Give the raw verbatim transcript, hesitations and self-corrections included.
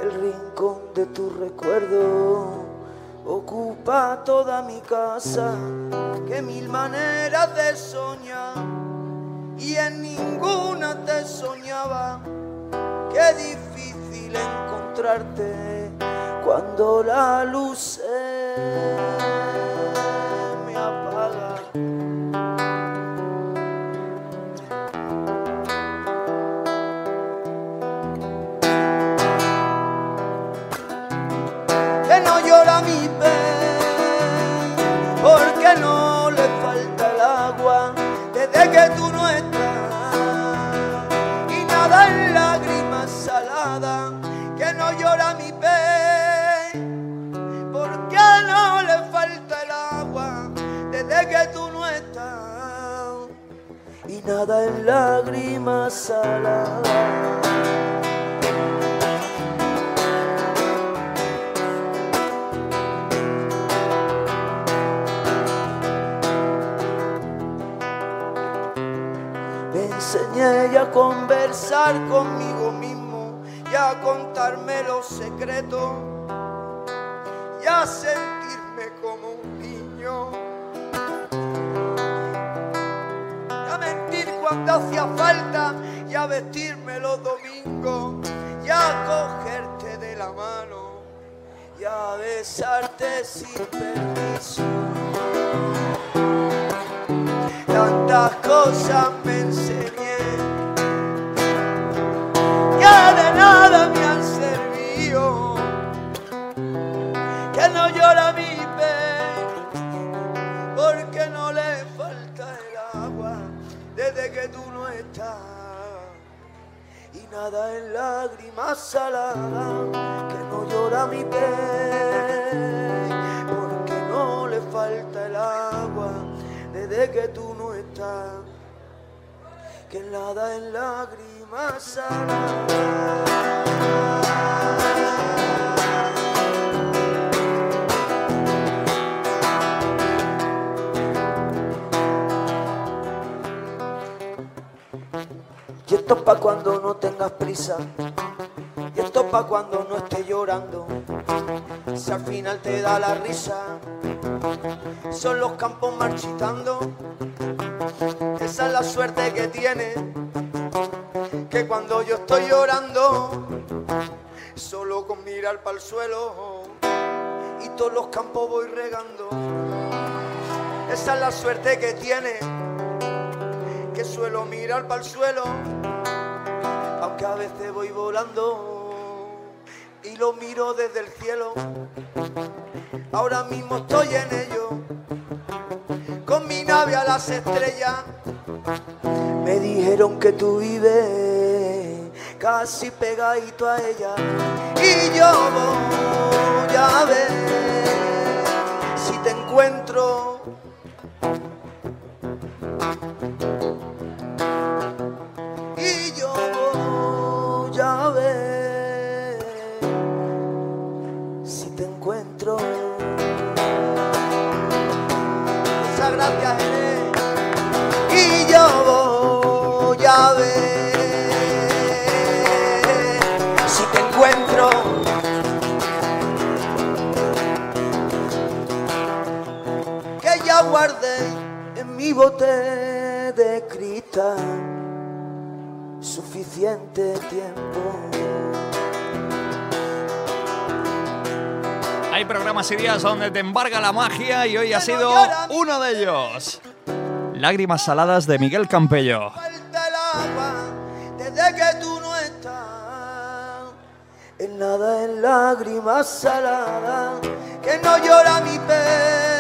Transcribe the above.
el rincón de tu recuerdo ocupa toda mi casa, que mil maneras de soñar y en ninguna te soñaba. Qué difícil encontrarte cuando la luz se me apaga. Que no llora mi pez, porque no le falta el agua desde que tú no estás, y nada en lágrimas saladas. Que no llora mi pez, porque no le falta el agua desde que tú no estás, y nada en lágrimas saladas. Enseñé a conversar conmigo mismo y a contarme los secretos y a sentirme como un niño, y a mentir cuando hacía falta y a vestirme los domingos y a cogerte de la mano y a besarte sin permiso. Tantas cosas me enseñé que de nada me han servido. Que no llora mi pez, porque no le falta el agua desde que tú no estás, y nada en lágrimas saladas. Que no llora mi pez, porque no le falta el agua desde que tú no estás, que nada en lágrimas saladas. Y esto es pa' cuando no tengas prisa, y esto es pa' cuando no estés llorando, si al final te da la risa. Son los campos marchitando, esa es la suerte que tiene, que cuando yo estoy llorando, solo con mirar para el suelo y todos los campos voy regando. Esa es la suerte que tiene, que suelo mirar para el suelo, aunque a veces voy volando y lo miro desde el cielo. Ahora mismo estoy en ello, con mi nave a las estrellas. Me dijeron que tú vives casi pegadito a ella, y yo voy a ver si te encuentro. Y yo voy a ver si te encuentro. Muchas gracias, Jerez. Y yo voy a ver si te encuentro. Que ya guardé en mi bote de cristal suficiente tiempo. Hay programas y días donde te embarga la magia y hoy ha sido uno de ellos. Lágrimas saladas de Miguel Campello. Falta el agua desde que tú no estás, en nada en lágrimas saladas. Que no llora mi pez,